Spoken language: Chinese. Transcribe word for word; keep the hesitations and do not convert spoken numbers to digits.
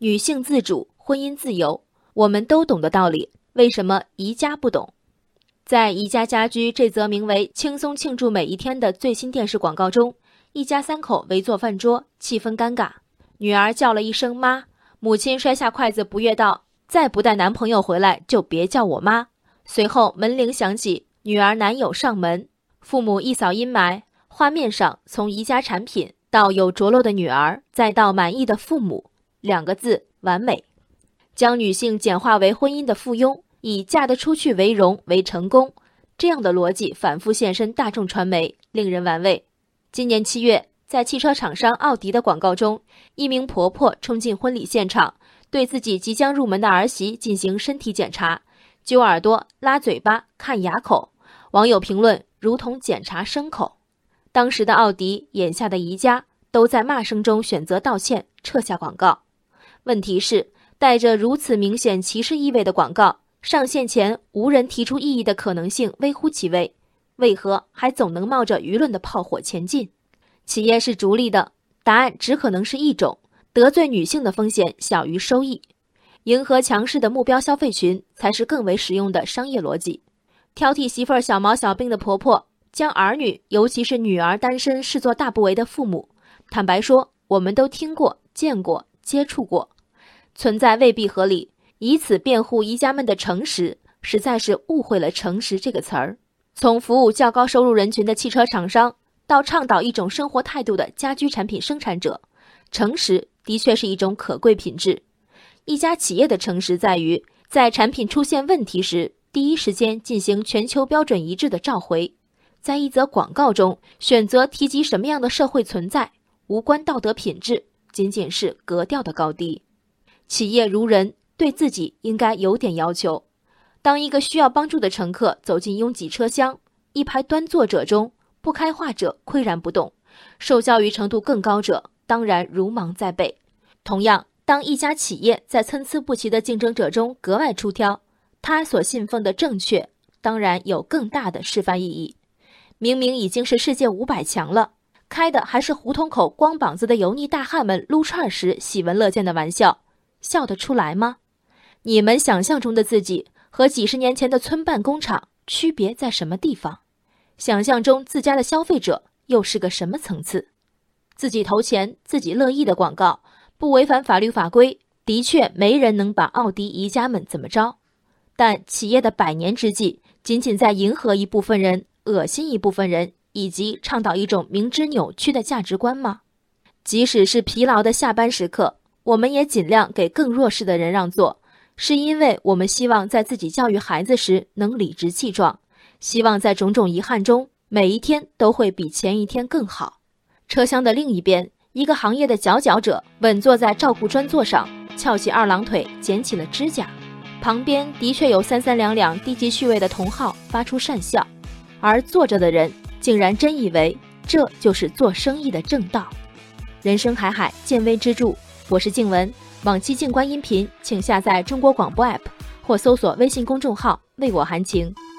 女性自主，婚姻自由，我们都懂的道理，为什么宜家不懂？在宜家家居这则名为轻松庆祝每一天的最新电视广告中，一家三口围坐饭桌，气氛尴尬。女儿叫了一声妈，母亲摔下筷子不悦道，再不带男朋友回来就别叫我妈。随后门铃响起，女儿男友上门，父母一扫阴霾，画面上从宜家产品到有着落的女儿，再到满意的父母，两个字，完美。将女性简化为婚姻的附庸，以嫁得出去为荣为成功，这样的逻辑反复现身大众传媒，令人玩味。今年七月，在汽车厂商奥迪的广告中，一名婆婆冲进婚礼现场，对自己即将入门的儿媳进行身体检查，揪耳朵、拉嘴巴、看牙口，网友评论如同检查牲口。当时的奥迪，眼下的宜家都在骂声中选择道歉，撤下广告。问题是，带着如此明显歧视意味的广告上线前，无人提出异议的可能性微乎其微，为何还总能冒着舆论的炮火前进？企业是逐利的，答案只可能是一种：得罪女性的风险小于收益。迎合强势的目标消费群才是更为实用的商业逻辑。挑剔媳妇儿小毛小病的婆婆，将儿女，尤其是女儿单身视作大不为的父母，坦白说，我们都听过、见过、接触过，存在未必合理。以此辩护宜家们的诚实，实在是误会了诚实这个词儿。从服务较高收入人群的汽车厂商，到倡导一种生活态度的家居产品生产者，诚实的确是一种可贵品质。一家企业的诚实在于，在产品出现问题时，第一时间进行全球标准一致的召回。在一则广告中选择提及什么样的社会存在，无关道德品质，仅仅是格调的高低。企业如人，对自己应该有点要求。当一个需要帮助的乘客走进拥挤车厢，一排端坐者中，不开化者岿然不动，受教育程度更高者当然如芒在背。同样，当一家企业在参差不齐的竞争者中格外出挑，他所信奉的正确当然有更大的示范意义。明明已经是世界五百强了，开的还是胡同口光膀子的油腻大汉们撸串时喜闻乐见的玩笑，笑得出来吗？你们想象中的自己和几十年前的村办工厂区别在什么地方？想象中自家的消费者又是个什么层次？自己投钱自己乐意的广告，不违反法律法规，的确没人能把奥迪宜家们怎么着。但企业的百年之计，仅仅在迎合一部分人，恶心一部分人，以及倡导一种明知扭曲的价值观吗？即使是疲劳的下班时刻，我们也尽量给更弱势的人让座，是因为我们希望在自己教育孩子时能理直气壮，希望在种种遗憾中，每一天都会比前一天更好。车厢的另一边，一个行业的佼佼者稳坐在照顾专座上，翘起二郎腿，剪起了指甲。旁边的确有三三两两低级趣味的同好发出讪笑，而坐着的人竟然真以为这就是做生意的正道。人生海海，见微知著，我是静文。往期静观音频请下载中国广播 A P P 或搜索微信公众号为我含情。